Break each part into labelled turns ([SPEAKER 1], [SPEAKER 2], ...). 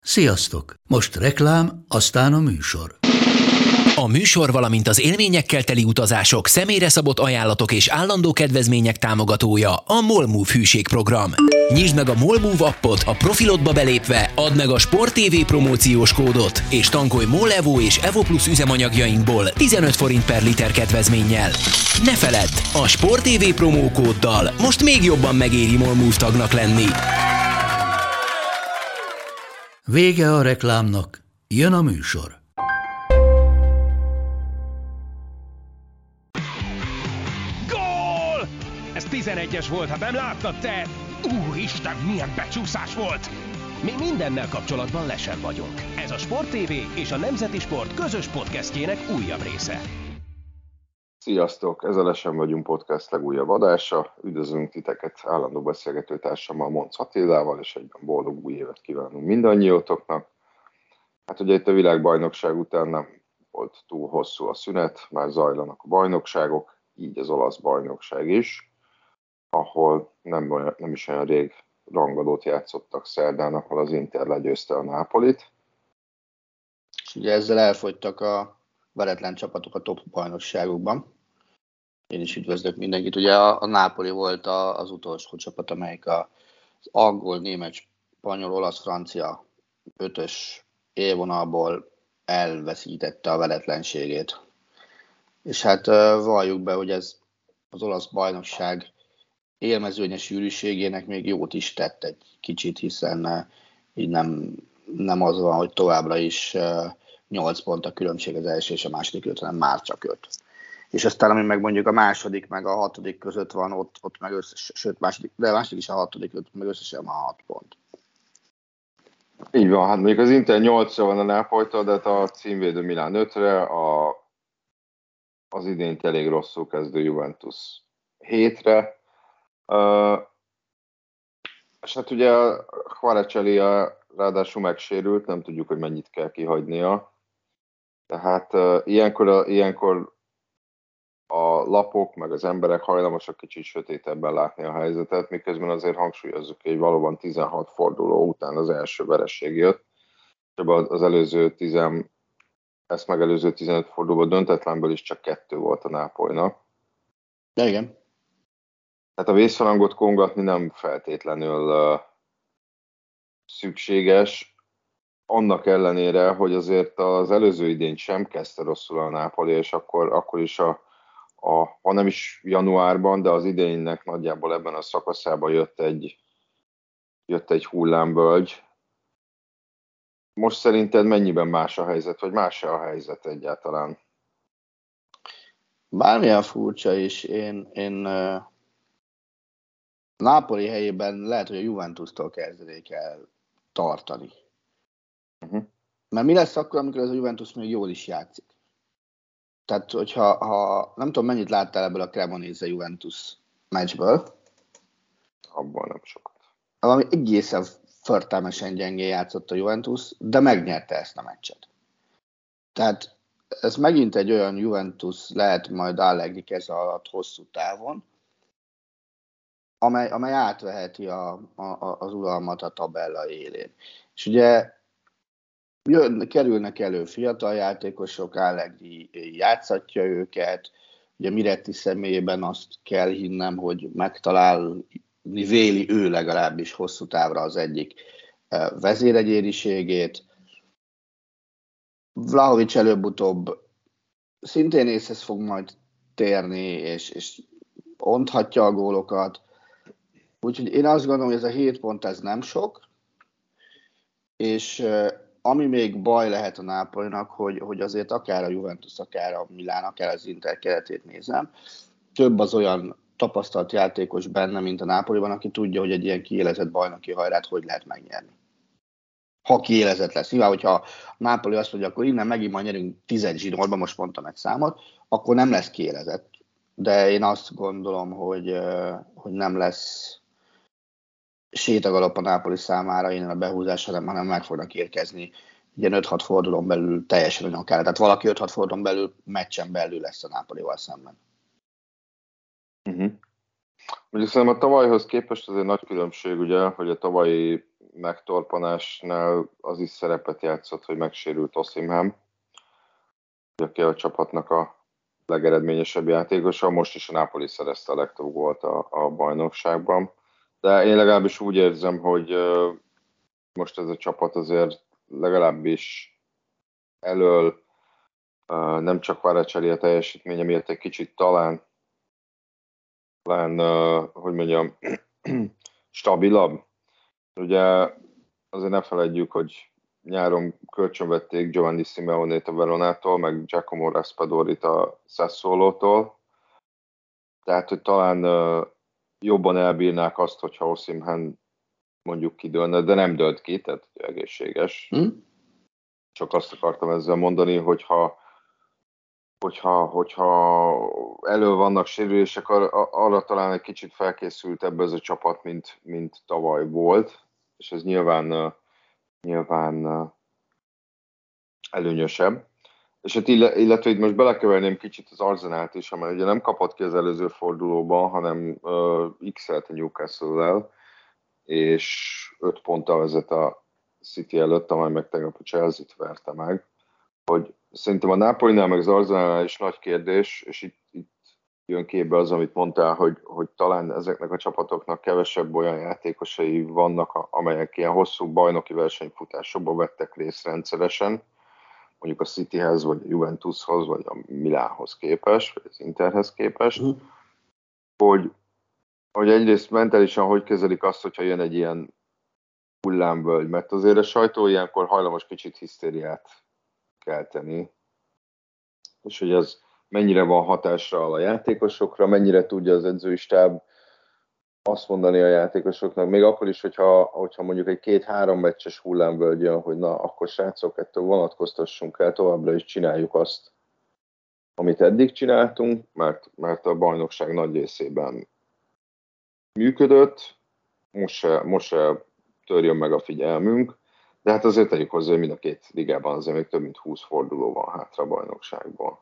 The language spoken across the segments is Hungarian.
[SPEAKER 1] Sziasztok! Most reklám, aztán a műsor.
[SPEAKER 2] A műsor, valamint az élményekkel teli utazások, személyre szabott ajánlatok és állandó kedvezmények támogatója a MOL Move hűségprogram. Nyisd meg a MOL Move appot, a profilodba belépve, add meg a Sport TV promóciós kódot, és tankolj MOL Evo és Evo Plus üzemanyagjainkból 15 forint per liter kedvezménnyel. Ne feledd, a Sport TV promókóddal most még jobban megéri MOL Move tagnak lenni.
[SPEAKER 1] Vége a reklámnak, jön a műsor.
[SPEAKER 3] Gól! Ez 11-es volt, ha nem láttad te! Úristen, milyen becsúszás volt! Mi mindennel kapcsolatban lesen vagyunk. Ez a Sport TV és a Nemzeti Sport közös podcastjének újabb része.
[SPEAKER 4] Sziasztok! Ez a Lesen vagyunk podcast legújabb adása. Üdvözlünk titeket állandó beszélgetőtársammal, Monc Attilával, és egyben boldog új évet kívánunk mindannyiótoknak. Hát ugye itt a világbajnokság után nem volt túl hosszú a szünet, már zajlanak a bajnokságok, így az olasz bajnokság is, ahol nem is olyan rég rangadót játszottak szerdán, ahol az Inter legyőzte a Nápolit.
[SPEAKER 5] És ugye ezzel elfogytak a veretlen csapatok a top bajnokságokban. Én is üdvözlök mindenkit. Ugye a Napoli volt az utolsó csapat, amelyik az angol, német, spanyol, olasz, francia 5-ös élvonalból elveszítette a veretlenségét. És hát valljuk be, hogy ez az olasz bajnokság élmezőnyes sűrűségének még jót is tett egy kicsit, hiszen így nem az van, hogy továbbra is 8 pont a különbség az első és a második között, hanem már csak 5. És aztán, ami meg mondjuk a második meg a hatodik között van, ott meg sőt, második is a hatodik, ott meg összesen már 6 pont.
[SPEAKER 4] Így van, hát még az Inter 8-ra van a Nápolytól, de a címvédő Milán 5-re, az idényt elég rosszul kezdő Juventus 7-re. És hát ugye Kvaratskhelia ráadásul megsérült, nem tudjuk, hogy mennyit kell kihagynia. Tehát ilyenkor a lapok, meg az emberek hajlamosak kicsit sötétebben látni a helyzetet, miközben azért hangsúlyozzuk, hogy valóban 16 forduló után az első vereség jött. Az ezt megelőző 15 fordulóban döntetlenből is csak 2 volt a Nápolynak.
[SPEAKER 5] De igen.
[SPEAKER 4] Tehát a vészharangot kongatni nem feltétlenül szükséges, annak ellenére, hogy azért az előző idényt sem kezdte rosszul a Nápoli, és akkor is ha nem is januárban, de az idénynek nagyjából ebben a szakaszában jött egy hullámvölgy. Most szerinted mennyiben más a helyzet, vagy más-e a helyzet egyáltalán?
[SPEAKER 5] Bármilyen furcsa is, én Nápoli helyében lehet, hogy a Juventustól kezdenék el tartani. Mert mi lesz akkor, amikor ez a Juventus még jól is játszik? Tehát, hogyha nem tudom, mennyit láttál ebből a Cremonese Juventus meccsből.
[SPEAKER 4] Abban nem sokat.
[SPEAKER 5] Valami egészen förtelmesen gyengén játszott a Juventus, de megnyerte ezt a meccset. Tehát ez megint egy olyan Juventus lehet majd Allegri keze alatt hosszú távon, amely átveheti az uralmat a tabella élén. És ugye kerülnek elő fiatal játékosok, Allegri játszatja őket, ugye Miretti személyében azt kell hinnem, hogy megtalálni véli ő legalábbis hosszú távra az egyik vezéregyériségét. Vlahovics előbb-utóbb szintén észhez fog majd térni, és onthatja a gólokat. Úgyhogy én azt gondolom, hogy ez a 7 pont ez nem sok, és ami még baj lehet a Nápolynak, hogy azért akár a Juventus, akár a Milán, akár az Inter keretét nézem, több az olyan tapasztalt játékos benne, mint a Nápolyban, aki tudja, hogy egy ilyen kiélezett bajnoki hajrát hogy lehet megnyerni. Ha kiélezett lesz. Nyilván, hogyha a Nápoly azt mondja, akkor innen megint majd nyerünk 10 zsinórban, most mondtam egy számot, akkor nem lesz kiélezett. De én azt gondolom, hogy nem lesz sétagalop a Nápoli számára innen a behúzás, hanem meg fognak érkezni ilyen 5-6 fordulón belül teljesen akár. Tehát valaki 5-6 fordulón belül, meccsen belül lesz a Nápolival szemben.
[SPEAKER 4] Mondjuk szerintem a tavalyhoz képest azért nagy különbség, ugye, hogy a tavalyi megtorpanásnál az is szerepet játszott, hogy megsérült Osimhen, aki a csapatnak a legeredményesebb játékosa, most is a Napoli szerezte a legtöbb gólt a bajnokságban. De én legalábbis úgy érzem, hogy most ez a csapat azért legalábbis elől nem csak Kvaratskhelia a teljesítménye miatt egy kicsit talán hogy mondjam, stabilabb. Ugye azért ne feledjük, hogy nyáron kölcsönvették Giovanni Simeonét a Veronától, meg Giacomo Raspadorit a Sassuolótól. Tehát, hogy talán jobban elbírnák azt, hogyha Osimhen mondjuk kidőlne, de nem dölt ki, tehát egészséges. Csak azt akartam ezzel mondani, hogyha elő vannak sérülések, arra talán egy kicsit felkészültebb ez a csapat, mint tavaly volt, és ez nyilván előnyösebb. És hát illetve itt most belekeverném kicsit az Arsenalt is, amely ugye nem kapott ki az előző fordulóban, hanem X-elt a Newcastle-lel, és 5 ponttal vezet a City előtt, amely meg tegnap a Chelsea-t verte meg, hogy szerintem a Napolinál meg az Arsenalnál is nagy kérdés, és itt jön képbe az, amit mondtál, hogy talán ezeknek a csapatoknak kevesebb olyan játékosai vannak, amelyek ilyen hosszú bajnoki versenyfutásokba vettek részt rendszeresen, mondjuk a Cityhez, vagy a Juventushoz, vagy a Milánhoz képest, vagy az Interhez képest, hogy egyrészt mentálisan hogy kezelik azt, hogyha jön egy ilyen hullámvölgy, mert azért a sajtó ilyenkor hajlamos kicsit hisztériát kelteni, és hogy ez mennyire van hatásra a játékosokra, mennyire tudja az edzői stáb azt mondani a játékosoknak, még akkor is, hogyha mondjuk egy 2-3 meccses hullámvölgy jön, hogy na, akkor srácok, ettől vonatkoztassunk el, továbbra is csináljuk azt, amit eddig csináltunk, mert a bajnokság nagy részében működött, most se törjön meg a figyelmünk, de hát azért tegyük hozzá, hogy mind a két ligában azért még több mint 20 forduló van hátra a bajnokságból.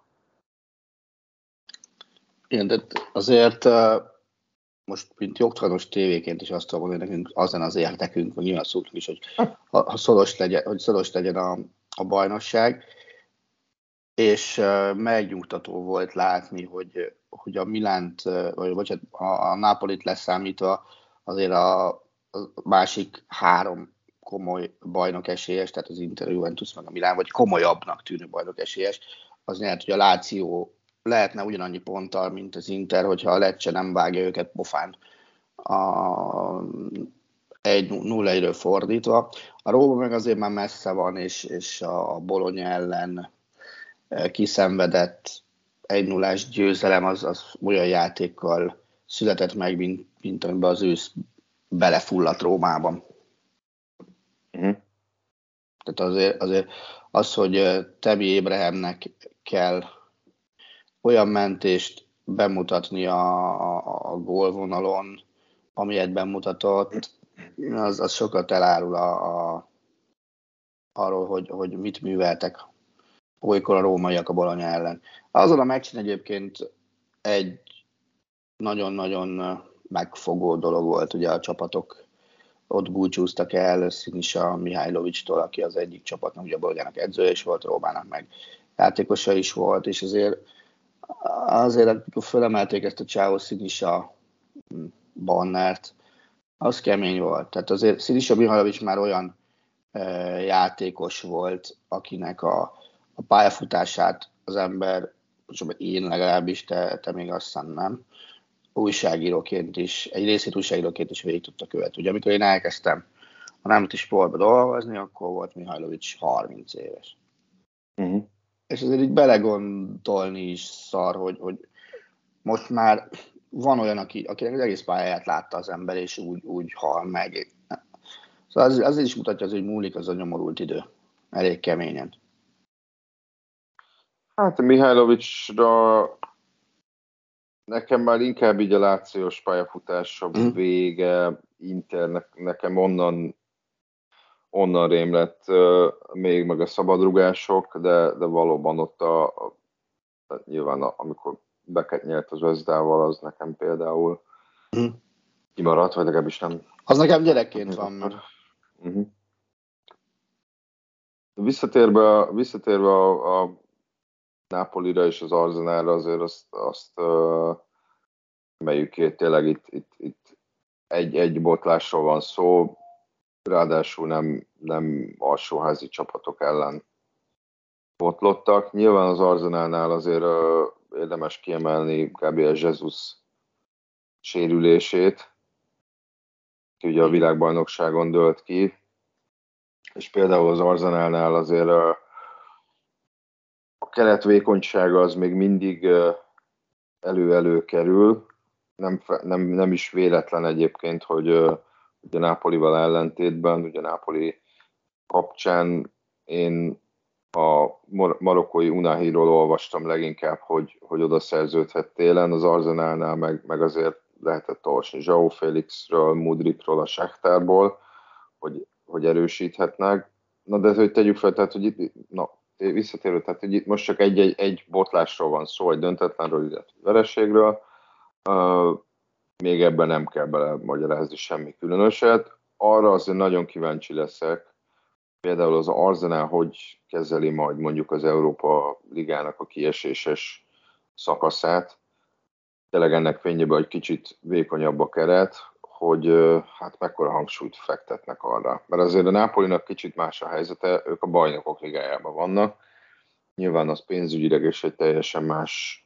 [SPEAKER 5] Igen, de azért most, mint jogtalanos tévéként is azt tudom mondani, nekünk azon az érdekünk, vagy nyilván szóltunk is, hogy ha szoros legyen a bajnokság, és megnyugtató volt látni, hogy a Milánt, vagy a Nápolit leszámítva azért a másik 3 komoly bajnok esélyes, tehát az Inter, Juventus, meg a Milán, vagy komolyabbnak tűnő bajnok esélyes, az lehet, hogy a Lazio lehetne ugyanannyi ponttal, mint az Inter, hogyha a Lecce nem vágja őket pofán a 1-0-ről fordítva. A Róma meg azért már messze van, és a Bologna ellen kiszenvedett 1-0-ás győzelem az olyan játékkal született meg, mint amiben az ősz belefulladt Rómában. Tehát azért az, hogy Tammy Abrahamnek kell olyan mentést bemutatni a gólvonalon, amilyet bemutatott, az sokat elárul arról, hogy mit műveltek olykor a rómaiak a Bologna ellen. Azon a meccsen egyébként egy nagyon-nagyon megfogó dolog volt, ugye a csapatok ott búcsúztak el Sinisa Mihajlovicstól, aki az egyik csapatnak, ugye a Bolognának edzője is volt, Rómának meg játékosa is volt, és azért fölemelték ezt a Ciao Sinisa bannert, az kemény volt. Tehát azért Sinisa Mihajlovic már olyan játékos volt, akinek a pályafutását az ember, én legalábbis, te még azt hiszem nem, újságíróként is, egy részét újságíróként is végig tudta követni. Ugye amikor én elkezdtem a Nemzeti Sportba dolgozni, akkor volt Mihajlovic 30 éves. És azért így belegondolni is szar, hogy most már van olyan, akinek az egész pályáját látta az ember, és úgy hal meg. Szóval azért is mutatja, hogy múlik az a nyomorult idő. Elég keményen.
[SPEAKER 4] Hát Mihajlovicra nekem már inkább így a lációs pályafutása vége, Inter, nekem onnan rém lett még meg a szabadrugások, de valóban ott nyilván amikor Beket nyert az Vezdával, az nekem például kimaradt, vagy legalábbis nem.
[SPEAKER 5] Az nekem gyerekként van meg.
[SPEAKER 4] Uh-huh. Visszatérve a Napolira és az Arsenalra, azért azt emeljük ki, tényleg itt egy botlásról van szó, ráadásul nem alsóházi csapatok ellen botlottak. Nyilván az Arsenalnál azért érdemes kiemelni Gabriel Jesus sérülését, aki ugye a világbajnokságon dőlt ki, és például az Arsenalnál azért a keret vékonysága az még mindig elő kerül. Nem is véletlen egyébként, hogy ugye Napolival ellentétben, ugye Napoli kapcsán én a marokkói Unahiról olvastam leginkább, hogy oda szerződhet télen, az Arsenalnál meg azért lehetett olvasni João Félixről, Mudrikról, a Shakhtarból, hogy erősíthetnek. Na de hogy tegyük fel, tehát hogy itt, visszatérő, tehát hogy itt most csak egy botlásról van szó, egy döntetlenről, illetve vereségről, még ebben nem kell belemagyarázni semmi különöset. Arra azért nagyon kíváncsi leszek, például az Arsenal hogy kezeli majd mondjuk az Európa Ligának a kieséses szakaszát. Tényleg ennek fényében egy kicsit vékonyabb a keret, hogy hát mekkora hangsúlyt fektetnek arra. Mert azért a Napolinak kicsit más a helyzete, ők a Bajnokok Ligájában vannak. Nyilván az pénzügyileg is egy teljesen más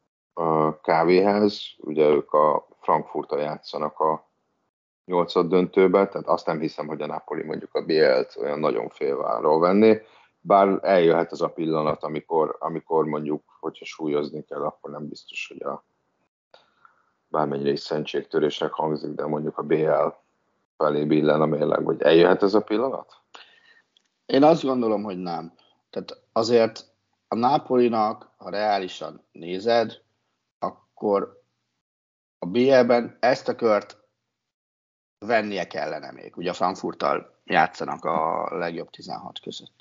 [SPEAKER 4] kávéház, ugye ők a Frankfurttal játszanak a 8. döntőbe, tehát azt nem hiszem, hogy a Napoli mondjuk a BL-t olyan nagyon félvállal venné, bár eljöhet az a pillanat, amikor mondjuk, hogyha súlyozni kell, akkor nem biztos, hogy bármennyire is szentségtörésnek hangzik, de mondjuk a BL felé billen a mérleg, vagy eljöhet ez a pillanat?
[SPEAKER 5] Én azt gondolom, hogy nem. Tehát azért a Napolinak, ha reálisan nézed, akkor a BL-ben ezt a kört vennie kellene még. Ugye a Frankfurttal játszanak a legjobb 16 között.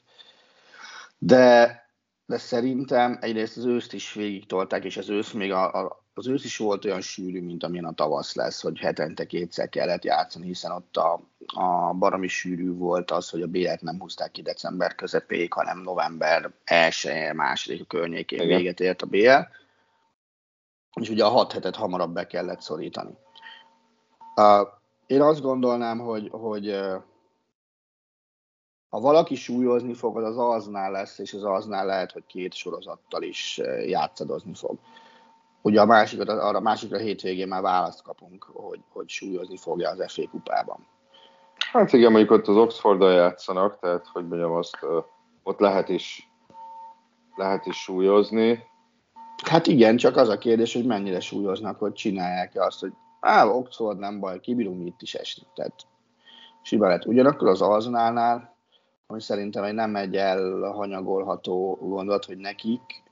[SPEAKER 5] De szerintem egyrészt az őszt is végig tolták, és az ősz még az ősz is volt olyan sűrű, mint amilyen a tavasz lesz, hogy hetente 2-szer kellett játszani, hiszen ott a baromi sűrű volt az, hogy a BL-t nem húzták ki december közepéig, hanem november 1-2 környékén véget ért a BL, és ugye a 6 hetet hamarabb be kellett szorítani. Én azt gondolnám, hogy ha valaki súlyozni fog, az Arsenal lesz, és az Arsenal lehet, hogy 2 sorozattal is játszadozni fog. Ugye arra a másikra hétvégén már választ kapunk, hogy súlyozni fogja az FA kupában.
[SPEAKER 4] Hát igen, mondjuk ott az Oxforddal játszanak, tehát hogy mondjam azt, ott lehet is súlyozni.
[SPEAKER 5] Hát igen, csak az a kérdés, hogy mennyire súlyoznak, hogy csinálják-e azt, hogy Oxford nem baj, kibírunk itt is esni. Tehát simán lehet. Ugyanakkor az Arsenalnál, ami szerintem egy nem egy elhanyagolható gondolat, hogy nekik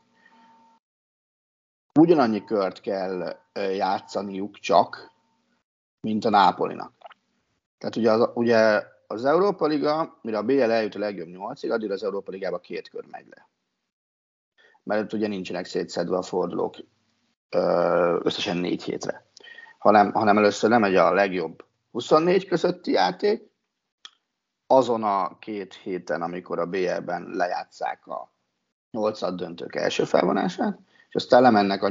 [SPEAKER 5] ugyanannyi kört kell játszaniuk csak, mint a Napolinak. Tehát ugye az Európa Liga, mire a BL eljut a legjobb 8-ig, addig az Európa Ligába 2 kör megy le. Mert ugye nincsenek szétszedve a fordulók összesen 4 hétre. Hanem először lemegy a legjobb 24 közötti játék, azon a 2 héten, amikor a BL-ben lejátsszák a 8. döntők első felvonását, és aztán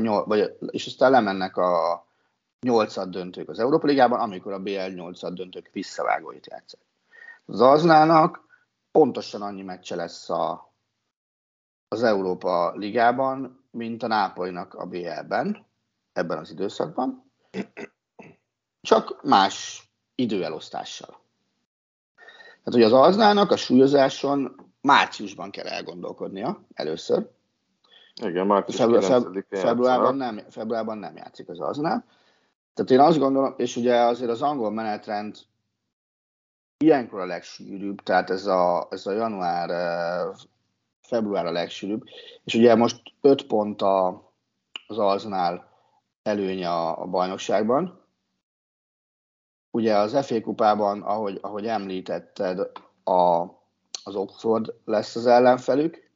[SPEAKER 5] lemennek a 8. döntők az Európa Ligában, amikor a BL 8. döntők visszavágóit játszák. Az Arsenalnak pontosan annyi meccse lesz az Európa Ligában, mint a Napolinak a BL-ben, ebben az időszakban, csak más időelosztással. Tehát, hogy az Arsenalnak a súlyozáson márciusban kell elgondolkodnia először.
[SPEAKER 4] Igen, március 9-én
[SPEAKER 5] februárban nem játszik az Arsenal. Tehát én azt gondolom, és ugye azért az angol menetrend ilyenkor a legsűrűbb, tehát ez a január, február a legsűrűbb, és ugye most 5 pont az Arsenal előnye a bajnokságban. Ugye az FA kupában, ahogy említetted, az Oxford lesz az ellenfelük.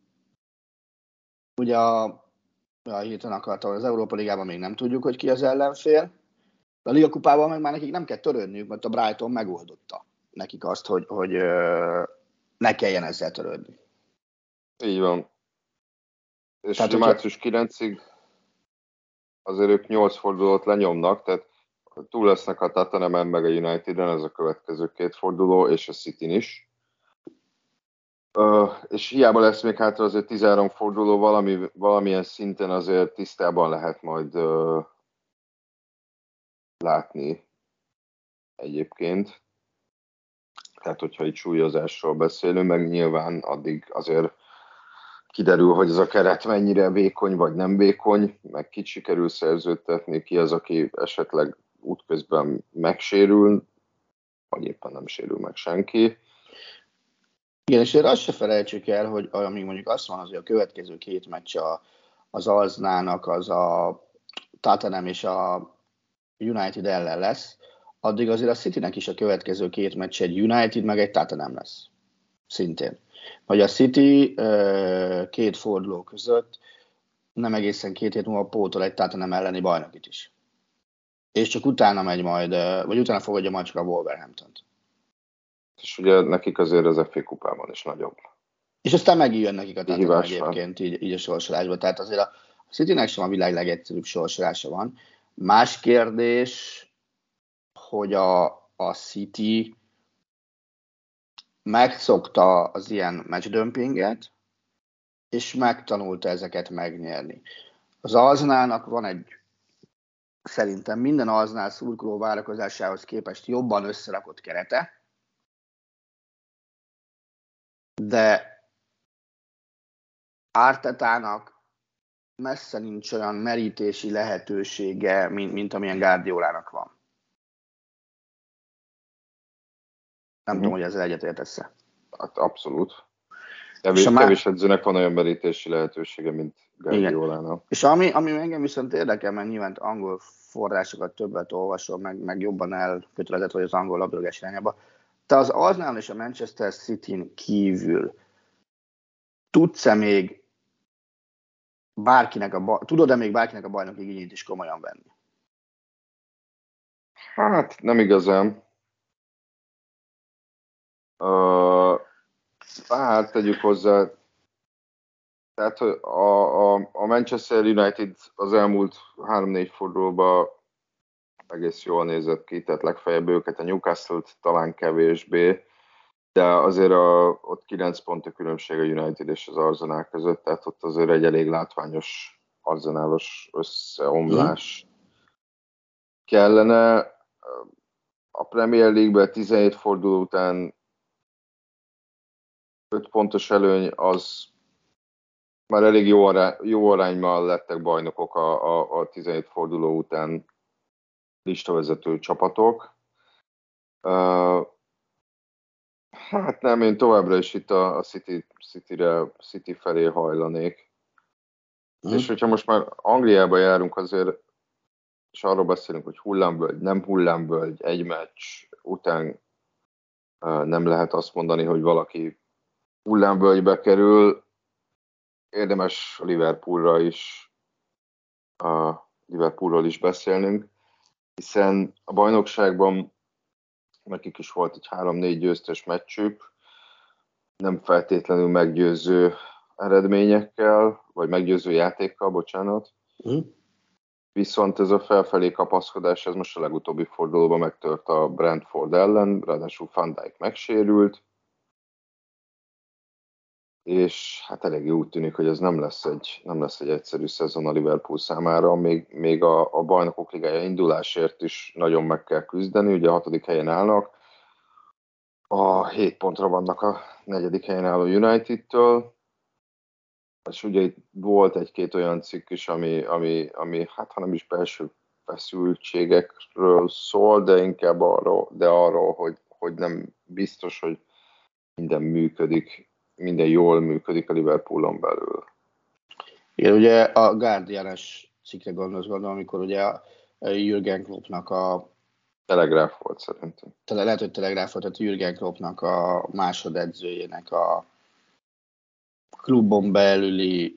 [SPEAKER 5] Ugye hirtelen akartam, az Európa Ligában még nem tudjuk, hogy ki az ellenfél. A Liga kupában meg már nekik nem kell törődniük, mert a Brighton megoldotta. nekik azt, hogy ne kelljen ezzel törődni.
[SPEAKER 4] Így van. És
[SPEAKER 5] tehát,
[SPEAKER 4] ugye március 9-ig azért ők 8 fordulót lenyomnak, tehát túl lesznek a Tottenhamen meg a Uniteden, ez a következő 2 forduló, és a Cityn is. És hiába lesz még hátra azért 13 forduló, valamilyen szinten azért tisztában lehet majd látni egyébként. Tehát, hogyha itt súlyozásról beszélünk, meg nyilván addig azért kiderül, hogy ez a keret mennyire vékony vagy nem vékony, meg kit sikerül szerződtetni, ki az, aki esetleg útközben megsérül, vagy éppen nem sérül meg senki.
[SPEAKER 5] Igen, és azt se felejtsük el, hogy amíg mondjuk azt van, hogy a következő 2 meccs az Arsenalnak, az a Tottenham és a United ellen lesz, addig azért a Citynek is a következő 2 meccs egy United meg egy Tottenham lesz. Szintén. Vagy a City 2 forduló között nem egészen 2 hét múlva pótol egy Tottenham elleni bajnokit is. És csak utána megy majd, vagy utána fogadja majd csak a Wolverhamptont.
[SPEAKER 4] És ugye nekik azért az FA kupában is nagyobb.
[SPEAKER 5] És aztán megint jön nekik a Tottenham egyébként így a sorsolásban. Tehát azért a Citynek sem a világ legegyszerűbb sorsolása van. Más kérdés, hogy a City megszokta az ilyen matchdömpinget, és megtanulta ezeket megnyerni. Az Arsenalnak van egy, szerintem minden Arsenal szurkoló várakozásához képest jobban összerakott kerete, de Artetának messze nincs olyan merítési lehetősége, mint amilyen Guardiolának van. Nem tudom, hogy ezzel egyetértesz-e.
[SPEAKER 4] Hát abszolút. Kevés edzőnek van olyan merítési lehetősége, mint Guardiolának.
[SPEAKER 5] És ami engem viszont érdekel, mert nyilván angol forrásokat többet olvasol, meg jobban elkötelezett vagy az angol labdarúgás irányába. Te az Arsenal és a Manchester Cityn kívül tudod-e még bárkinek a bajnoki igényét is komolyan venni?
[SPEAKER 4] Hát nem igazán. Hát tegyük hozzá, tehát a Manchester United az elmúlt 3-4 fordulóban egész jól nézett ki, tehát legfeljebb őket, a Newcastle-t talán kevésbé, de azért ott 9 pont a különbség a United és az Arsenal között, tehát ott azért egy elég látványos arzenálos összeomlás kellene. A Premier League-ben 17 forduló után 5 pontos előny, az már elég jó arányban lettek bajnokok a 17 forduló után listavezető csapatok. Hát nem, én továbbra is itt a City felé hajlanék. És hogyha most már Angliába járunk azért, és arról beszélünk, hogy hullámvölgy, nem hullámvölgy, egy meccs után nem lehet azt mondani, hogy valaki hullámvölgybe kerül. Érdemes a Liverpoolról is beszélnünk, hiszen a bajnokságban nekik is volt egy 3-4 győztes meccsük, nem feltétlenül meggyőző eredményekkel, vagy meggyőző játékkal, bocsánat. Viszont ez a felfelé kapaszkodás, ez most a legutóbbi fordulóban megtört a Brentford ellen, ráadásul Van Dijk megsérült, és hát eléggé úgy tűnik, hogy ez nem lesz egy egyszerű szezon a Liverpool számára, még a Bajnokok Ligája indulásért is nagyon meg kell küzdeni, ugye a 6. helyen állnak, a 7 pontra vannak a 4. helyen álló United-től, és ugye itt volt egy-két olyan cikk is, ami hát ha nem is belső feszültségekről szól, de inkább arról, hogy nem biztos, hogy minden jól működik a Liverpoolon belül.
[SPEAKER 5] Igen, ugye a Guardian-es cikkre gondolom, amikor ugye a Jürgen Kloppnak a
[SPEAKER 4] Telegráf volt szerintem.
[SPEAKER 5] Lehet, hogy Telegráf volt, tehát Jürgen Kloppnak a másodedzőjének a klubon belüli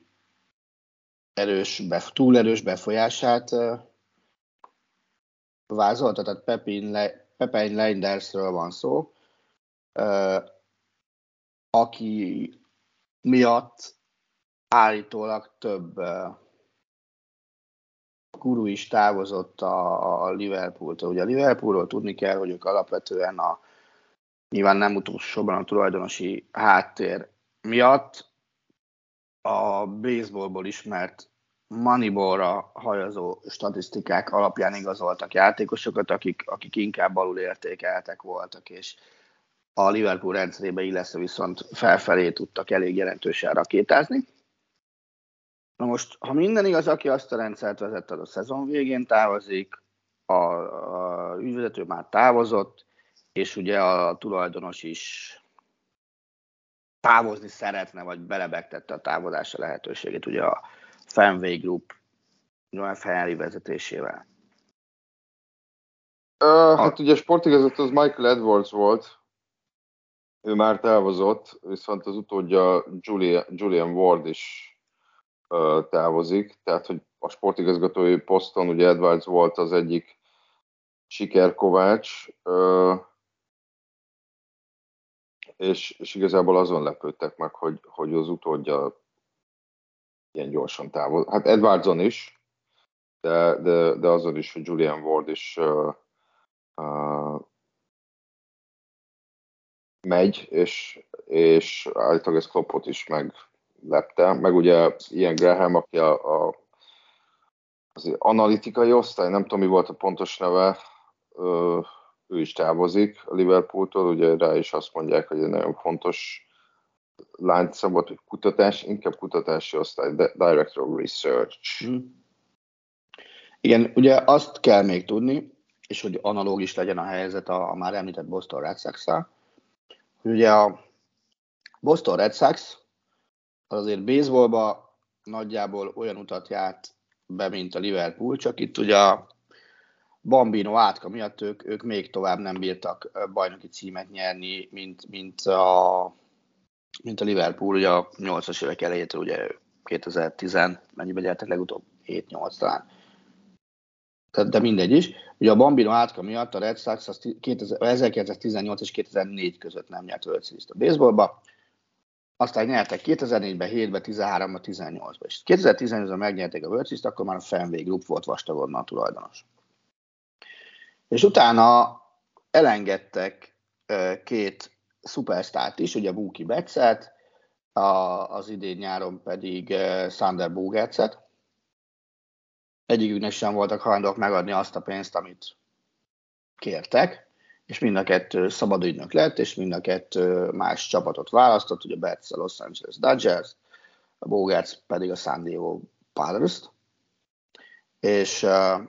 [SPEAKER 5] túl erős befolyását vázolta, tehát Pepijn Leindersről van szó, aki miatt állítólag több guru is távozott a Liverpooltól. Ugye a Liverpoolról tudni kell, hogy ők alapvetően nyilván nem utolsóban a tulajdonosi háttér miatt a baseballból ismert Moneyball-ra hajazó statisztikák alapján igazoltak játékosokat, akik inkább alulértékeltek voltak, és a Liverpool rendszerébe illesztve viszont felfelé tudtak elég jelentősen rakétázni. Na most, ha minden igaz, aki azt a rendszert vezette a szezon végén távozik, a ügyvezető már távozott, és ugye a tulajdonos is távozni szeretne, vagy belebegtette a távozásra lehetőségét, ugye a Fenway Group Noel Henry vezetésével.
[SPEAKER 4] Hát ugye a sportigazgató az Michael Edwards volt, ő már távozott, viszont az utódja Julian Ward is távozik, tehát hogy a sportigazgatói poszton ugye Edwards volt az egyik sikerkovács, és igazából azon lepődtek meg, hogy az utódja ilyen gyorsan távozik. Hát Edwardson is, de azon is, hogy Julian Ward is megy, és állítólag ez Kloppot is meglepte. Meg ugye Ian Graham, aki az analitikai osztály, nem tudom, mi volt a pontos neve, ő is távozik a Liverpooltól, ugye rá is azt mondják, hogy egy nagyon fontos láncszabot, hogy inkább kutatási osztály, Director of Research.
[SPEAKER 5] Igen, ugye azt kell még tudni, és hogy analóg is legyen a helyzet a már említett Boston Red Sox-szal, hogy ugye a Boston Red Sox azért baseballba nagyjából olyan utat járt be, mint a Liverpool, csak itt ugye a Bambino átka miatt ők még tovább nem bírtak bajnoki címet nyerni, mint a Liverpool, ugye a 80-as évek elejétől, ugye 2010, mennyibe gyertek legutóbb? 7-8 talán. De mindegy is. Ugye a Bambino átka miatt a Red Sox 1918 és 2004 között nem nyert World Series-t a baseballba. Aztán nyertek 2004-ben, 7-ben, 13-ban, 18-ban. És 2018-ban megnyerték a World Series-t, akkor már a Fenway Group volt vastagon a tulajdonos. És utána elengedtek két szupersztárt is, ugye Mookie Betts-et, az idén nyáron pedig Sander Bogaerts-et. Egyiküknek sem voltak hajlandóak megadni azt a pénzt, amit kértek, és mind a kettő szabad ügynök lett, és mind a kettő más csapatot választott, ugye Betts a Los Angeles Dodgers, a Bogaerts pedig a San Diego Padres-t. És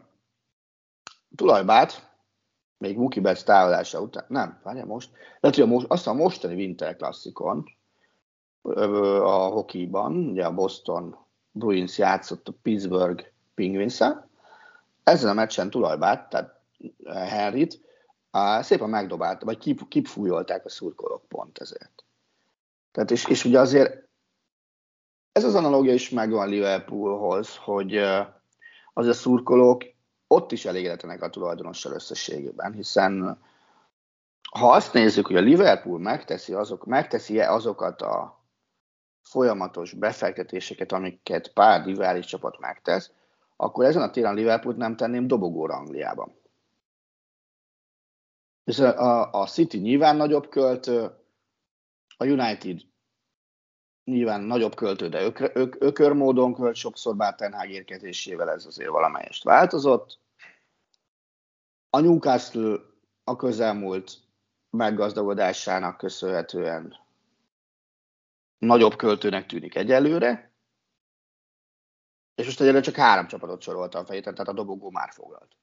[SPEAKER 5] tulajbát még Mookie Betts távozása után, nem, várjál most, lehet, hogy azt a mostani Winter Classicon a hokiban, ugye a Boston Bruins játszott a Pittsburgh Penguins-szel. Ezen a meccsen tulajbát, tehát Henryt, szépen megdobálta, vagy kipfújolták a szurkolók pont ezért. Tehát és ugye azért ez az analógia is megvan Liverpoolhoz, hogy az a szurkolók ott is elégedetlenek a tulajdonossal összességében, hiszen ha azt nézzük, hogy a Liverpool megteszi-e azokat a folyamatos befektetéseket, amiket pár rivális csapat megtesz, akkor ezen a téren Liverpoolt nem tenném dobogóra Angliában. És a City nyilván nagyobb költő, a United nyilván nagyobb költő, de ökörmódon költ sokszor, bár Ten Hag érkezésével ez azért valamelyest változott. A Newcastle a közelmúlt meggazdagodásának köszönhetően nagyobb költőnek tűnik egyelőre, és most egyelőre csak 3 csapatot soroltam fejéten, tehát a dobogó már foglalt.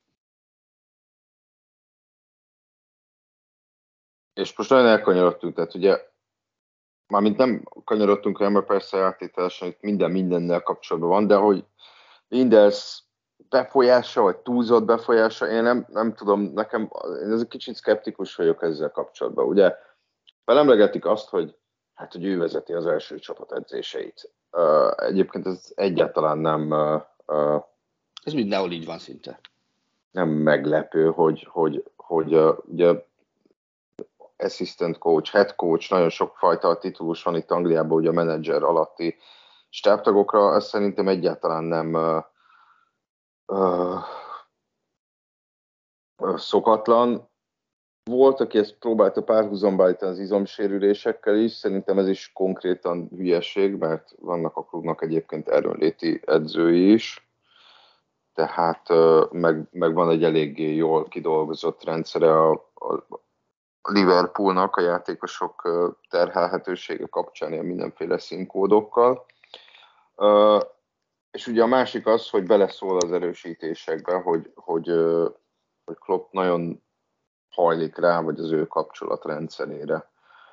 [SPEAKER 4] És most nagyon elkanyarodtunk, tehát ugye mármint nem kanyarodtunk el, mert persze áttételesen itt mindennel kapcsolatban van, de hogy mindez befolyása, vagy túlzott befolyása, én nem tudom, én ez egy kicsit szkeptikus vagyok ezzel kapcsolatban. Ugye felemlegetik azt, hogy hogy ő vezeti az első csapat edzéseit. Egyébként ez egyáltalán nem...
[SPEAKER 5] Ez mindenhol így van szinte.
[SPEAKER 4] Nem meglepő, hogy ugye assistant coach, head coach, nagyon sok fajta titulus van itt Angliában, ugye a menedzser alatti stábtagokra, ez szerintem egyáltalán nem szokatlan. Volt, aki ezt próbálta párhuzamba állítani az izomsérülésekkel is, szerintem ez is konkrétan hülyeség, mert vannak a klubnak egyébként erőnléti edzői is, tehát meg van egy eléggé jól kidolgozott rendszere a Liverpoolnak a játékosok terhelhetősége kapcsán ilyen mindenféle színkódokkal. És ugye a másik az, hogy beleszól az erősítésekbe, hogy Klopp nagyon hajlik rá, vagy az ő kapcsolatrendszerére.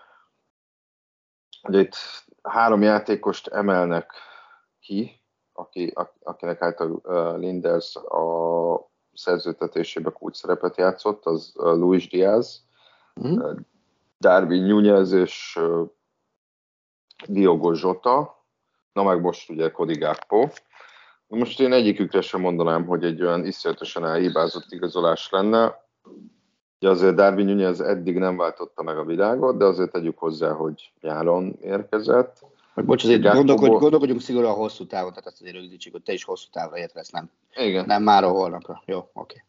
[SPEAKER 4] Ugye itt 3 játékost emelnek ki, akinek által Linders a szerződtetésében kulcs szerepet játszott, az Luis Diaz, Darwin Núñez és Diogo Jota, na meg most ugye Cody Gakpo. Most én egyikükre sem mondanám, hogy egy olyan iszonyatosan elhibázott igazolás lenne. Ugye azért Darwin Núñez eddig nem váltotta meg a világot, de azért tegyük hozzá, hogy nyáron érkezett.
[SPEAKER 5] Bocs, azért gondolkodjunk szigorúan a hosszú távon, tehát azt azért rögzítsük, hogy te is hosszú távra értesz, nem már a holnapra. Jó, oké.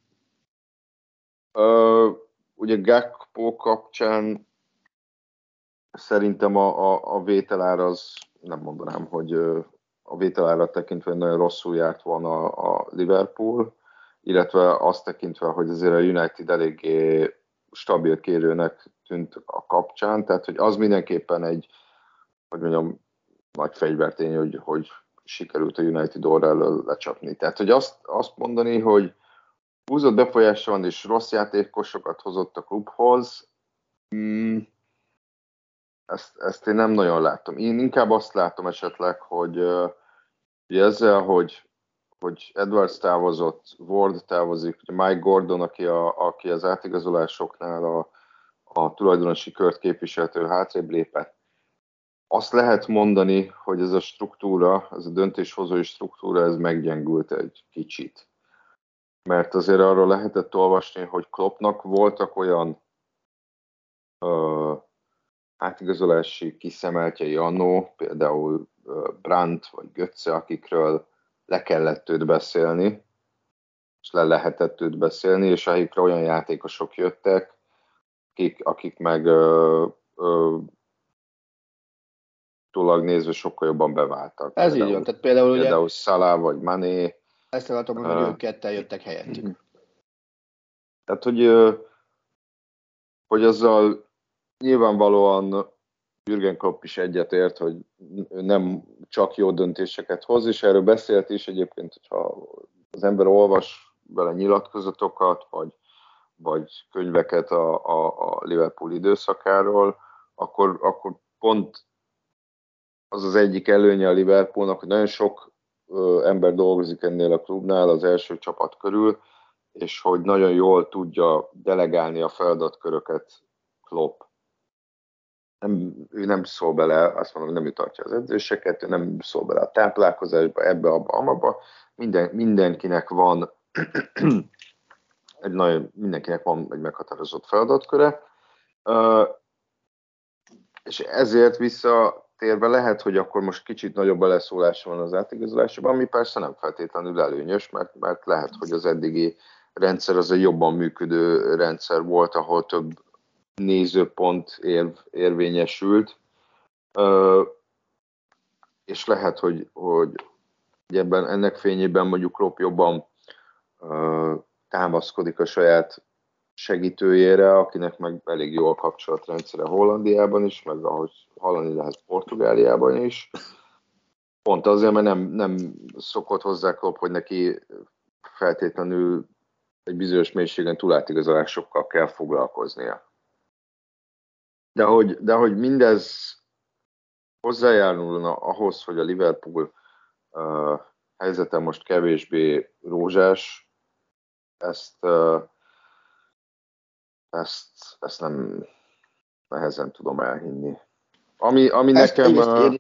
[SPEAKER 4] Ugye Gakpo kapcsán szerintem a vételár az, nem mondanám, hogy a vételára tekintve nagyon rosszul járt volna a Liverpool, illetve azt tekintve, hogy azért a United eléggé stabil kérőnek tűnt a kapcsán, tehát hogy az mindenképpen egy, hogy mondjam, nagy fegyvertény, hogy sikerült a United orra elől lecsapni. Tehát, hogy azt mondani, hogy húzott befolyása van és rossz játékosokat hozott a klubhoz, ezt én nem nagyon látom. Én inkább azt látom esetleg, hogy ezzel, hogy Edwards távozott, Ward távozik, Mike Gordon, aki az átigazolásoknál a tulajdonosi kört képviseltő hátrébb lépett. Azt lehet mondani, hogy ez a struktúra, ez a döntéshozói struktúra, ez meggyengült egy kicsit. Mert azért arról lehetett olvasni, hogy Kloppnak voltak olyan átigazolási kiszemeltjei annó, például Brandt vagy Götze, akikről le kellett őt beszélni, és le lehetett őt beszélni, és akikre olyan játékosok jöttek, akik meg utólag nézve sokkal jobban beváltak.
[SPEAKER 5] Ez így van, tehát például
[SPEAKER 4] Salah vagy Mané.
[SPEAKER 5] Ezt akartam mondani, hogy ők ketten jöttek helyettük.
[SPEAKER 4] Tehát, hogy azzal nyilvánvalóan Jürgen Klopp is egyetért, hogy nem csak jó döntéseket hoz, és erről beszélt is egyébként, hogyha az ember olvas vele nyilatkozatokat, vagy könyveket a Liverpool időszakáról, akkor pont az az egyik előnye a Liverpoolnak, hogy nagyon sok ember dolgozik ennél a klubnál az első csapat körül, és hogy nagyon jól tudja delegálni a feladatköröket Klopp. Ő nem szól bele, azt mondom, nem ő tartja az edzéseket, ő nem szól bele a táplálkozásba, ebbe, abba, amabba. Mindenkinek van mindenkinek van egy meghatározott feladatköre, és ezért visszatérve lehet, hogy akkor most kicsit nagyobb beleszólása van az átigazolásban, ami persze nem feltétlenül előnyös, mert lehet, hogy az eddigi rendszer az egy jobban működő rendszer volt, ahol több nézőpont érvényesült, és lehet, hogy ennek fényében mondjuk Klopp jobban támaszkodik a saját segítőjére, akinek meg elég jó a kapcsolatrendszere Hollandiában is, meg ahogy hallani lehet Portugáliában is. Pont azért, mert nem szokott hozzá Klopp, hogy neki feltétlenül egy bizonyos mélységen túlátigazolásokkal kell foglalkoznia. De hogy mindez hozzájárulna ahhoz, hogy a Liverpool helyzete most kevésbé rózsás, ezt nem nehezen tudom elhinni. Ami nekem...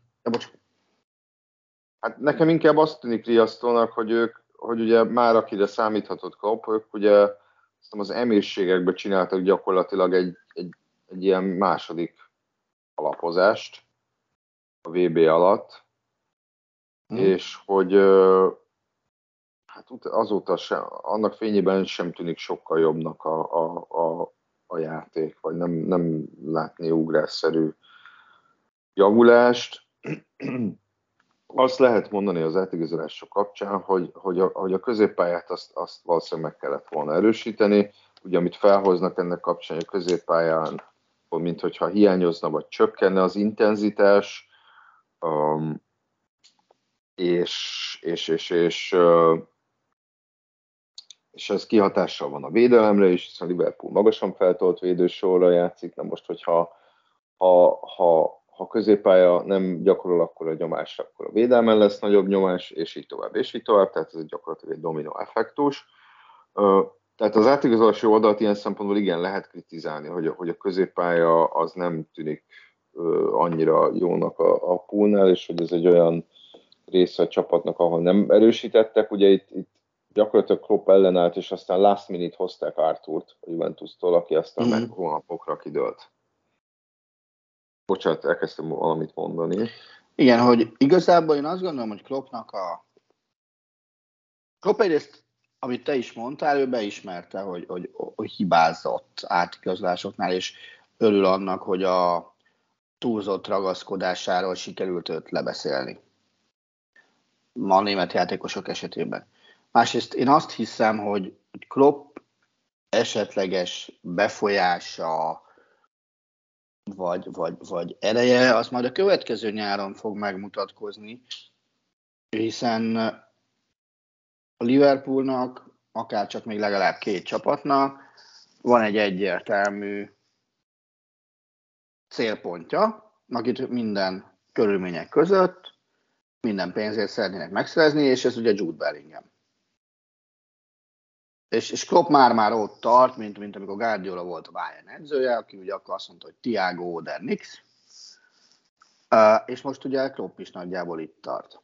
[SPEAKER 4] Hát nekem inkább azt tűnik riasztónak, hogy ugye már akire számíthatott Klopp, ők ugye az emírségekben csináltak gyakorlatilag egy egy ilyen második alapozást a VB alatt, és hogy hát azóta sem, annak fényében sem tűnik sokkal jobbnak a játék, vagy nem látni ugrásszerű javulást. Azt lehet mondani az átigazolások kapcsán, hogy a középpályát azt valószínűleg meg kellett volna erősíteni. Ugye, amit felhoznak ennek kapcsán, hogy a középpályán, mint hogyha hiányozna vagy csökkenne az intenzitás, és ez kihatással van a védelemre is, hiszen Liverpool magasan feltolt védősorra játszik. Na most, hogyha ha középpálya nem gyakorol akkor a nyomás, akkor a védelmen lesz nagyobb nyomás, és így tovább, és így tovább. Tehát ez gyakorlatilag egy dominó effektus. Tehát az átigazolási oldalt ilyen szempontból igen lehet kritizálni, hogy a középpálya az nem tűnik annyira jónak a poolnál, és hogy ez egy olyan része a csapatnak, ahol nem erősítettek. Ugye itt gyakorlatilag Klopp ellenállt, és aztán last minute hozták Arthurt a Juventus-tól, aki aztán meg hónapokra kidőlt. Bocsánat, elkezdtem valamit mondani.
[SPEAKER 5] Igen, hogy igazából én azt gondolom, hogy Klopp egyrészt, amit te is mondtál, ő beismerte, hogy hibázott átigazolásoknál, és örül annak, hogy a túlzott ragaszkodásáról sikerült őt lebeszélni. Ma a német játékosok esetében. Másrészt én azt hiszem, hogy Klopp esetleges befolyása vagy ereje, az majd a következő nyáron fog megmutatkozni, hiszen a Liverpoolnak, akár csak még legalább 2 csapatnak van egy egyértelmű célpontja, akit minden körülmények között, minden pénzért szeretnének megszerezni, és ez ugye Jude Bellingham. És Klopp már ott tart, mint amikor Guardiola volt a Bayern edzője, aki ugye akkor azt mondta, hogy Thiago oder nix. És most ugye Klopp is nagyjából itt tart.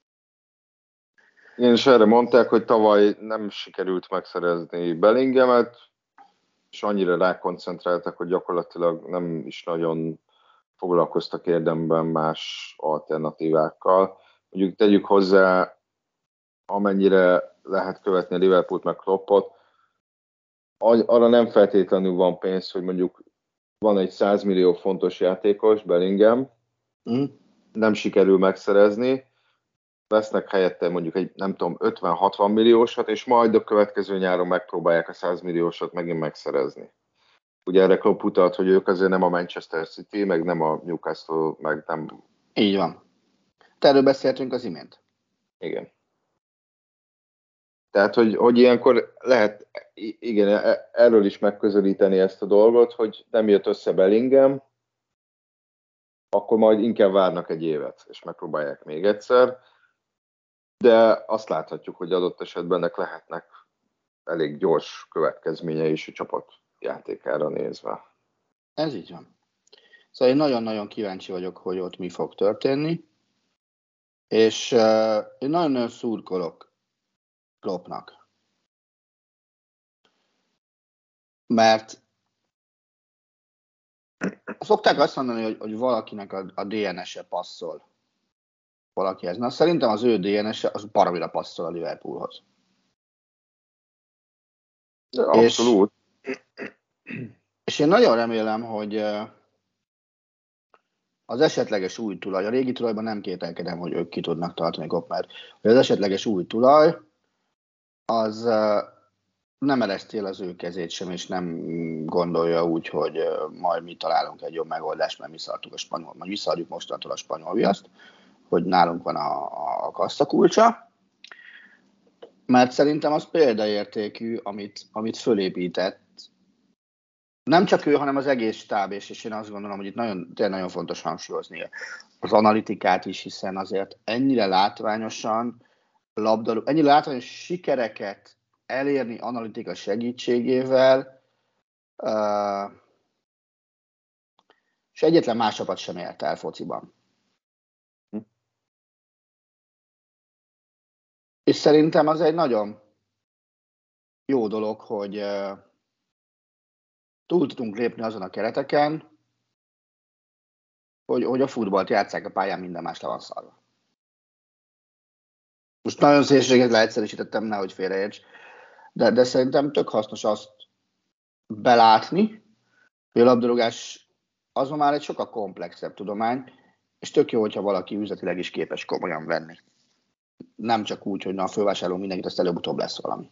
[SPEAKER 4] Igen, és erre mondták, hogy tavaly nem sikerült megszerezni Bellinghamet, és annyira rákoncentráltak, hogy gyakorlatilag nem is nagyon foglalkoztak érdemben más alternatívákkal. Mondjuk tegyük hozzá, amennyire lehet követni a Liverpoolt meg Kloppot, arra nem feltétlenül van pénz, hogy mondjuk van egy 100 millió fontos játékos, Bellingham, nem sikerül megszerezni, vesznek helyette mondjuk egy, nem tudom, 50-60 milliósat, és majd a következő nyáron megpróbálják a 100 milliósat megint megszerezni. Ugye erre Klopp utalt, hogy ők azért nem a Manchester City, meg nem a Newcastle, meg nem...
[SPEAKER 5] Így van. Te erről beszéltünk az imént.
[SPEAKER 4] Igen. Tehát, hogy ilyenkor lehet, igen, erről is megközelíteni ezt a dolgot, hogy nem jött össze Bellingham, akkor majd inkább várnak egy évet, és megpróbálják még egyszer. De azt láthatjuk, hogy adott esetben ennek lehetnek elég gyors következményei is a csapat játékára nézve.
[SPEAKER 5] Ez így van. Szóval én nagyon-nagyon kíváncsi vagyok, hogy ott mi fog történni, és én nagyon-nagyon szurkolok Kloppnak. Mert szokták azt mondani, hogy valakinek a DNS-e passzol valakihez. Na, szerintem az ő DNS-e az baromira passzol a Liverpoolhoz.
[SPEAKER 4] Abszolút.
[SPEAKER 5] És én nagyon remélem, hogy az esetleges új tulaj, a régi tulajban nem kételkedem, hogy ők ki tudnak tartani Klopp, hogy az esetleges új tulaj az nem eresztél az ő kezét sem, és nem gondolja úgy, hogy majd mi találunk egy jobb megoldást, mert mi szartuk a spanyol, vagy visszaadjuk mostantól a spanyol viaszt, hogy nálunk van a kasszakulcsa. Mert szerintem az példaértékű, amit fölépített. Nem csak ő, hanem az egész stáb, és én azt gondolom, hogy itt tényleg nagyon fontos hangsúlyozni az analitikát is, hiszen azért ennyire látványosan ennyire látványos sikereket elérni analitika segítségével, és egyetlen más csapat sem ért el fociban. És szerintem az egy nagyon jó dolog, hogy túl tudunk lépni azon a kereteken, hogy a futballt játsszák a pályán, minden más le van szarva. Most nagyon szélséget leegyszerűsítettem, nehogy félreérts, de szerintem tök hasznos azt belátni, hogy a labdarúgás az már egy sokkal komplexebb tudomány, és tök jó, hogyha valaki üzletileg is képes komolyan venni. Nem csak úgy, hogy na, fölvásárolunk mindenkit, azt előbb-utóbb lesz valami.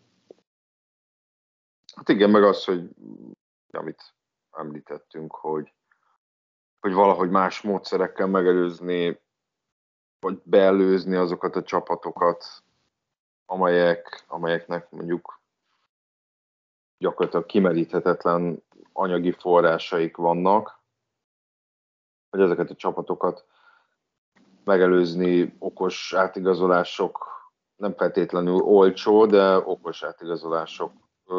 [SPEAKER 4] Hát igen, meg az, hogy amit említettünk, hogy valahogy más módszerekkel megelőzni, vagy beelőzni azokat a csapatokat, amelyeknek mondjuk gyakorlatilag kimeríthetetlen anyagi forrásaik vannak, hogy ezeket a csapatokat megelőzni okos átigazolások, nem feltétlenül olcsó, de okos átigazolásokon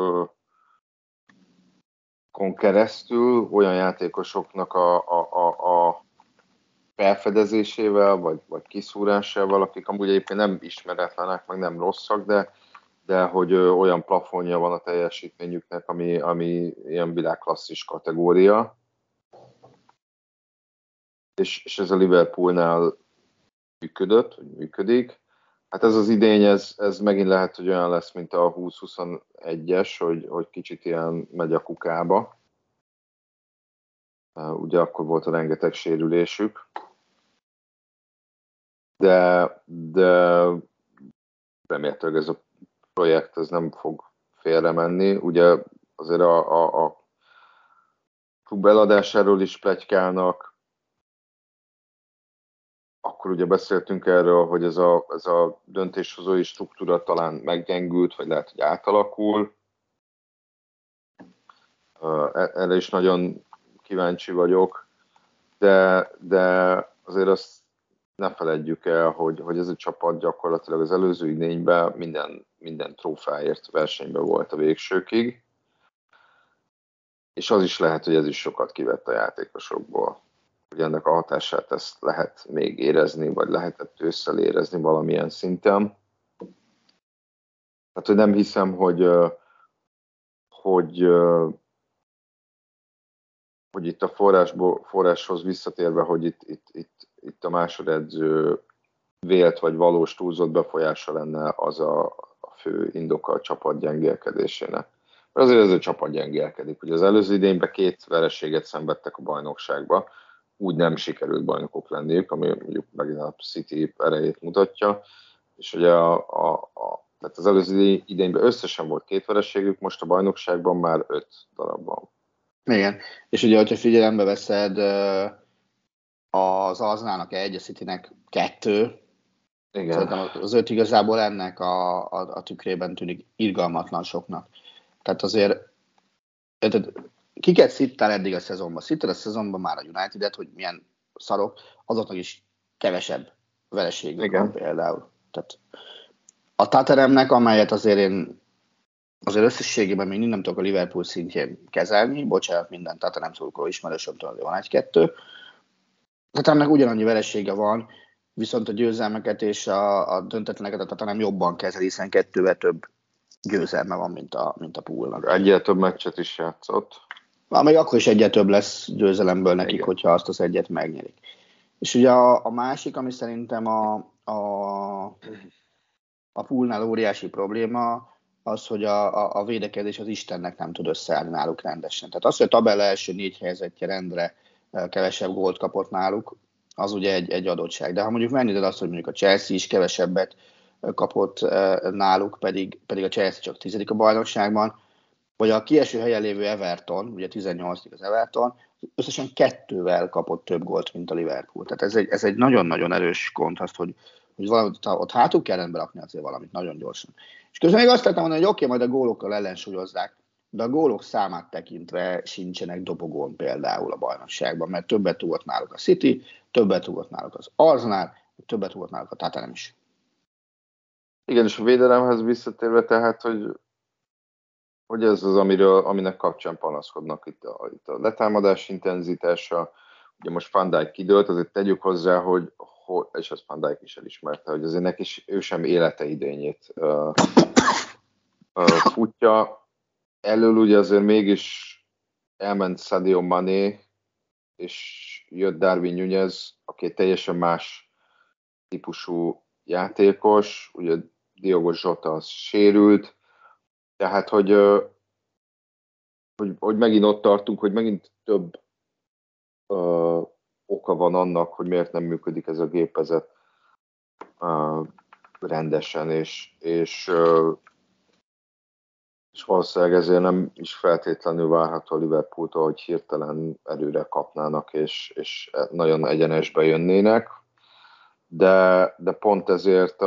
[SPEAKER 4] keresztül olyan játékosoknak a felfedezésével, vagy kiszúrásával, akik amúgy egyébként nem ismeretlenek, meg nem rosszak, de hogy olyan plafonja van a teljesítményüknek, ami ilyen világklasszis kategória. És ez a Liverpoolnál működik. Hát ez az idény, ez megint lehet, hogy olyan lesz, mint a 20-21-es, hogy kicsit ilyen megy a kukába. Ugye akkor volt a rengeteg sérülésük. De remélhetőleg ez a projekt ez nem fog félre menni. Ugye azért a klub eladásáról is pletykálnak. Akkor ugye beszéltünk erről, hogy ez a döntéshozói struktúra talán meggyengült, vagy lehet, hogy átalakul. Erre is nagyon kíváncsi vagyok, de azért azt ne feledjük el, hogy ez a csapat gyakorlatilag az előző idényben minden trófáért versenyben volt a végsőkig, és az is lehet, hogy ez is sokat kivett a játékosokból. Hogy ennek a hatását ezt lehet még érezni, vagy lehetett ősszel érezni valamilyen szinten. Tehát, hogy nem hiszem, hogy itt a forráshoz visszatérve, hogy itt a másodedző vélt vagy valós túlzott befolyása lenne az a fő indoka a csapat gyengélkedésének. Mert azért ez a csapat gyengélkedik. Ugye az előző idényben 2 vereséget szenvedtek a bajnokságba, úgy nem sikerült bajnokok lenniük, ami mondjuk megint a City erejét mutatja, és ugye tehát az előző idényben összesen volt 2 vereségük, most a bajnokságban már 5 darab van.
[SPEAKER 5] Igen, és ugye, hogyha figyelembe veszed az Arsenalnak 1, a Citynek 2, igen. Szerintem az 5 igazából ennek a tükrében tűnik irgalmatlan soknak. Tehát azért kiket szittál eddig a szezonban? Szittel a szezonban már a United-et, hogy milyen szarok, azoknak is kevesebb vereségük van például. Tehát a Tottenhamnek, amelyet azért én összességében még nem tudok a Liverpool szintjén kezelni, bocsánat, minden Tottenham szurkoló ismerősömtől azért van 1-2. Tottenhamnek ugyanannyi veresége van, viszont a győzelmeket és a döntetleneket a Tottenham jobban kezeli, hiszen 2-vel több győzelme van, mint a Poolnak.
[SPEAKER 4] Egyel több meccset is játszott.
[SPEAKER 5] Még akkor is egyel több lesz győzelemből nekik, igen, hogyha azt az egyet megnyerik. És ugye a másik, ami szerintem a Poolnál óriási probléma, az, hogy a védekezés az Istennek nem tud összeállni náluk rendesen. Tehát az, hogy a tabella első 4 helyezettje rendre kevesebb gólt kapott náluk, az ugye egy adottság. De ha mondjuk megnézed azt, hogy mondjuk a Chelsea is kevesebbet kapott náluk, pedig a Chelsea csak 10. a bajnokságban, vagy a kieső helyen lévő Everton, ugye 18. az Everton, összesen 2-vel kapott több gólt, mint a Liverpool. Tehát ez egy nagyon-nagyon erős kontraszt, hogy valamit ott hátul kell rendbe rakni azért valamit nagyon gyorsan. És közben még azt lehetne mondani, hogy oké, majd a gólokkal ellensúlyozzák, de a gólok számát tekintve sincsenek dobogón például a bajnokságban, mert többet rúgott náluk a City, többet rúgott náluk az Arsenal, többet rúgott náluk a Tottenham is.
[SPEAKER 4] Igen, és a védelemhez visszatérve tehát, hogy ez az, aminek kapcsán panaszkodnak itt a letámadás intenzitása. Ugye most Van Dijk kidőlt, azért tegyük hozzá, hogy és azt Van Dijk is elismerte, hogy azért neki ő sem élete idényét futja. Elől ugye azért mégis elment Sadio Mané, és jött Darwin Núñez, aki egy teljesen más típusú játékos, ugye Diogo Jota az sérült, tehát hogy megint ott tartunk, hogy megint több oka van annak, hogy miért nem működik ez a gépezet rendesen, és valószínűleg ezért nem is feltétlenül várható a Liverpooltól, hogy hirtelen erőre kapnának, és nagyon egyenesbe jönnének, de pont ezért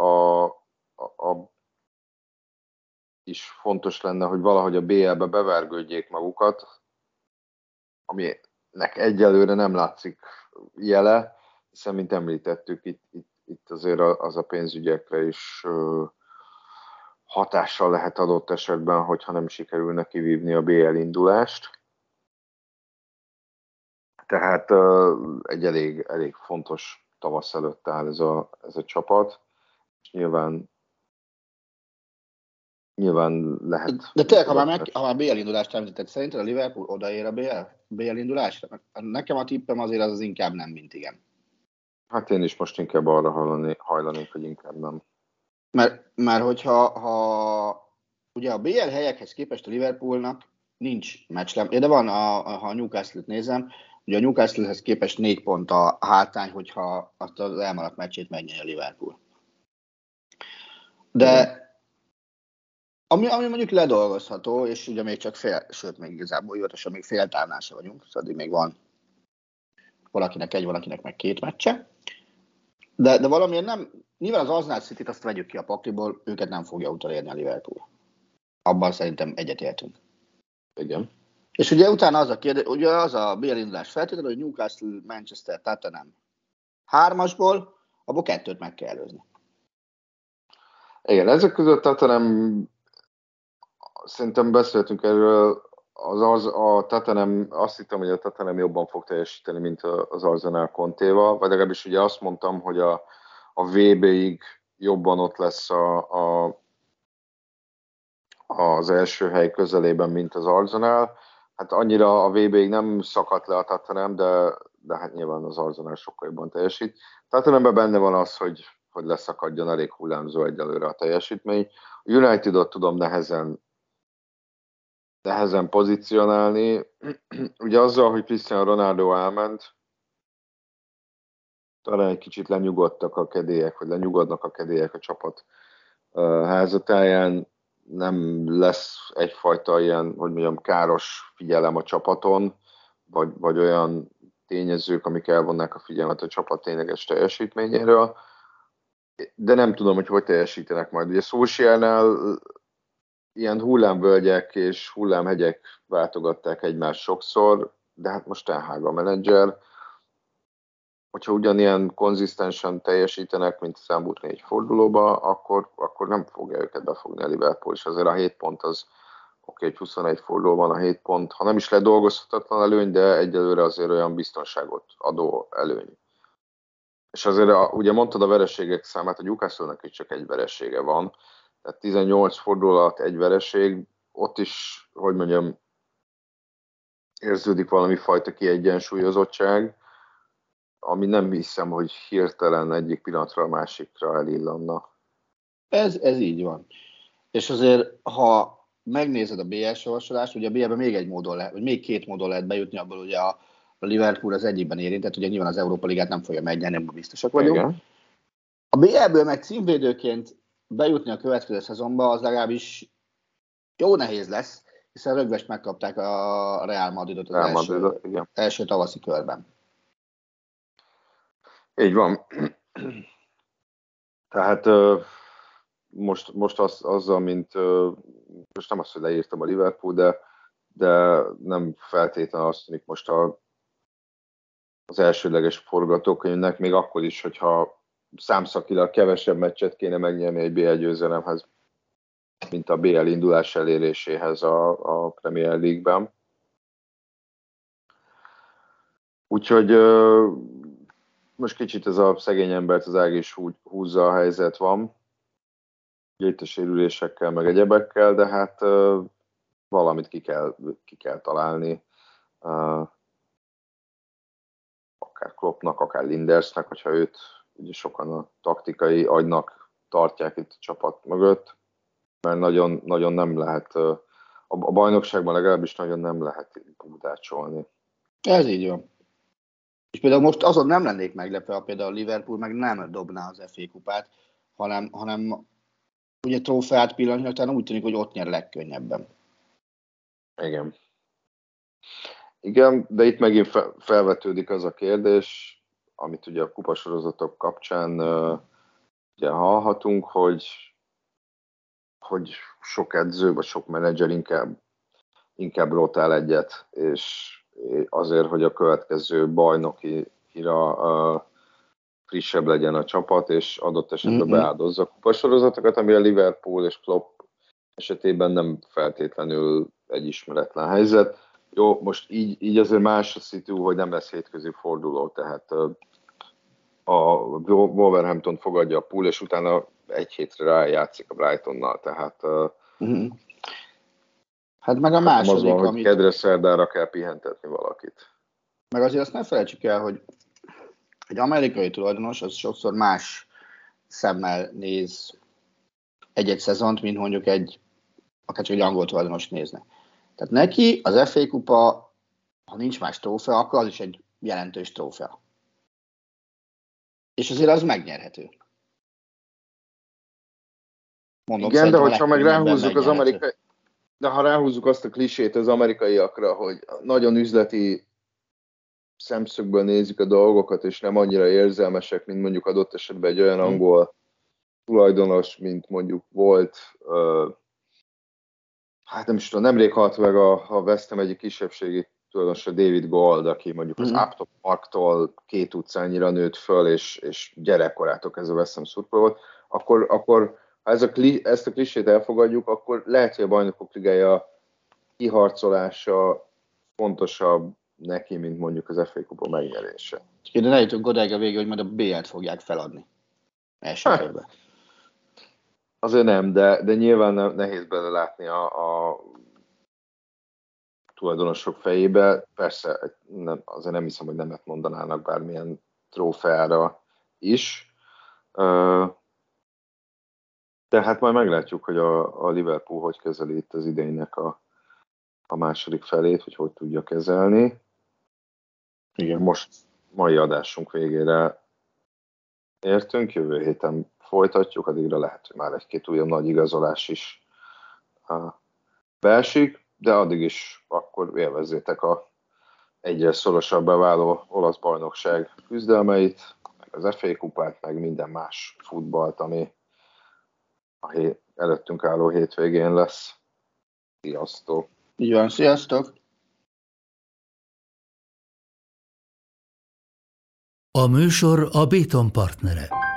[SPEAKER 4] is fontos lenne, hogy valahogy a BL-be bevergődjék magukat, aminek egyelőre nem látszik jele, hiszen, mint említettük, itt azért az a pénzügyekre is hatással lehet adott esetben, hogyha nem sikerülne kivívni a BL indulást. Tehát egy elég fontos tavasz előtt áll ez a csapat, és nyilván lehet...
[SPEAKER 5] De tényleg, ha már BL indulást említett, szerinted a Liverpool odaér a BL indulásra? Nekem a tippem azért az inkább nem, mint igen.
[SPEAKER 4] Hát én is most inkább arra hajlanék, hogy inkább nem.
[SPEAKER 5] Mert hogyha ugye a BL helyekhez képest a Liverpoolnak nincs meccslem, de van, ha a Newcastle-t nézem, ugye a Newcastlehez képest 4 pont a hátány, hogyha azt az elmaradt meccsét megnyeri a Liverpool. De ami mondjuk ledolgozható, és ugye még csak sőt, még igazából hivatalosan még fél távnál se vagyunk, szóval addig még van valakinek egy, valakinek meg 2 meccse. De valamiért nem, nyilván az Arsenal City-t azt vegyük ki a pakliból, őket nem fogja utolérni a Liverpool. Abban szerintem egyetértünk.
[SPEAKER 4] Igen.
[SPEAKER 5] És ugye utána az a kérdés, ugye az a BL indulás feltétel, hogy Newcastle, Manchester, Tottenham 3-asból, abból 2-t meg kell előzni.
[SPEAKER 4] Igen, ezek között Tottenham, szerintem beszéltünk erről, a Tottenham, azt hittem, hogy a Tottenham jobban fog teljesíteni, mint az Arsenal Contéval, vagy legalábbis ugye azt mondtam, hogy a VB-ig jobban ott lesz az első hely közelében, mint az Arsenal. Hát annyira a VB-ig nem szakadt le a Tottenham, de hát nyilván az Arsenal sokkal jobban teljesít. Tottenhamben benne van az, hogy leszakadjon, elég hullámzó egyelőre a teljesítmény. A United-ot tudom nehezen pozícionálni. Ugye azzal, hogy Cristiano Ronaldo elment, talán egy kicsit lenyugodtak a kedélyek, vagy lenyugodnak a kedélyek a csapat házatáján. Nem lesz egyfajta ilyen, hogy mondjam, káros figyelem a csapaton, vagy olyan tényezők, amik elvonnák a figyelmet a csapat tényleges teljesítményéről. De nem tudom, hogy teljesítenek majd. Ugye Solskjaernál ilyen hullámvölgyek és hullámhegyek váltogatták egymást sokszor, de hát most Ten Hag a menedzser. Hogyha ugyanilyen konzisztensen teljesítenek, mint az elmúlt 4 fordulóba, akkor nem fogja őket befogni a Liverpool, és azért a 7 pont az hogy 21 fordulóban a 7 pont, ha nem is ledolgozhatatlan előny, de egyelőre azért olyan biztonságot adó előny. És azért ugye mondtad a vereségek számát, a Newcastle-nek is csak egy veresége van, tehát 18 forduló alatt egy vereség, ott is, hogy mondjam, érződik valami fajta kiegyensúlyozottság, ami nem hiszem, hogy hirtelen egyik pillanatra a másikra elillanna.
[SPEAKER 5] Ez így van. És azért, ha megnézed a BL sorsolást, ugye a BL-ben még egy módon lehet, vagy még 2 módon lehet bejutni, abból ugye a Liverpool az egyikben érintett, ugye nyilván az Európa Ligát nem fogja megnyerni, ebben biztosak vagyunk. Igen. A BL-ből meg címvédőként bejutni a következő szezonba, az legalábbis jó nehéz lesz, hiszen rögvest megkapták a Real Madridot az első tavaszi körben.
[SPEAKER 4] Így van. Tehát most azzal, mint most nem azt, hogy leírtam a Liverpool, de nem feltétlenül azt tűnik most az elsődleges forgatókönyvnek, még akkor is, hogyha számszakilag kevesebb meccset kéne megnyerni egy BL győzelemhez, mint a BL indulás eléréséhez a Premier League-ben. Úgyhogy most kicsit ez a szegény embert az ág is húzza a helyzet van. Ugye itt a sérülésekkel, meg egyebekkel, de hát valamit ki kell találni, akár Kloppnak, akár Lindersnek, hogyha őt ugye sokan a taktikai agynak tartják itt a csapat mögött, mert nagyon, nagyon nem lehet, a bajnokságban legalábbis nagyon nem lehet búdácsolni.
[SPEAKER 5] Ez így van. És például most azon nem lennék meglepve, ha például a Liverpool meg nem dobná az FA kupát, hanem ugye trófeát pillanatnyilag úgy tűnik, hogy ott nyer legkönnyebben.
[SPEAKER 4] Igen, de itt megint felvetődik az a kérdés, amit ugye a kupasorozatok kapcsán ugye hallhatunk, hogy sok edző vagy sok menedzser inkább rotál egyet, és azért, hogy a következő bajnokira frissebb legyen a csapat, és adott esetben beáldozza a kupasorozatokat, ami a Liverpool és Klopp esetében nem feltétlenül egy ismeretlen helyzet. Jó, most így azért más a szitu, hogy nem lesz hétközi forduló, tehát a Wolverhampton fogadja a Pool, és utána egy hétre rájátszik a Brightonnal, tehát
[SPEAKER 5] hát meg a második,
[SPEAKER 4] az van, hogy kedre szerdára kell pihentetni valakit.
[SPEAKER 5] Meg azért azt nem felejtsük el, hogy egy amerikai tulajdonos az sokszor más szemmel néz egy-egy szezont, mint mondjuk akár csak egy angol tulajdonos nézne. Tehát neki az FA kupa, ha nincs más trófea, akkor az is egy jelentős trófea. És azért az megnyerhető. Mondom,
[SPEAKER 4] igen, de hogyha meg ráhúzzuk az amerikai, de ha ráhúzzuk azt a klisét az amerikaiakra, hogy nagyon üzleti szemszögből nézik a dolgokat, és nem annyira érzelmesek, mint mondjuk adott esetben egy olyan angol tulajdonos, mint mondjuk volt, hát nem is tudom, nemrég halt meg a West Ham egyik kisebbségi tulajdonosa, David Gold, aki mondjuk az Upton Parktól 2 utcányira nőtt föl, és gyerekkorától kezdve West Ham szurkoló volt, akkor ha ezt a klisét elfogadjuk, akkor lehet, hogy a Bajnokok Ligája kiharcolása fontosabb neki, mint mondjuk az FA kupa megnyerése.
[SPEAKER 5] De ne jutunk odáig a végig, hogy majd a BL-t fogják feladni. Első körben.
[SPEAKER 4] Azért nem, de nyilván nehéz belelátni a tulajdonosok fejébe. Persze azért nem hiszem, hogy nemet mondanának bármilyen trófeára is. De hát majd meglátjuk, hogy a Liverpool hogy kezeli itt az idénynek a második felét, hogy tudja kezelni. Igen, most mai adásunk végére értünk, jövő héten folytatjuk, addigra lehet, hogy már egy-két újabb nagy igazolás is beesik, de addig is akkor élvezzétek a egyre szorosabbá váló olasz bajnokság küzdelmeit, meg az FA kupát, meg minden más futballt, ami előttünk álló hétvégén lesz. Sziasztok!
[SPEAKER 5] Így van, sziasztok!
[SPEAKER 1] A műsor a Béton partnere.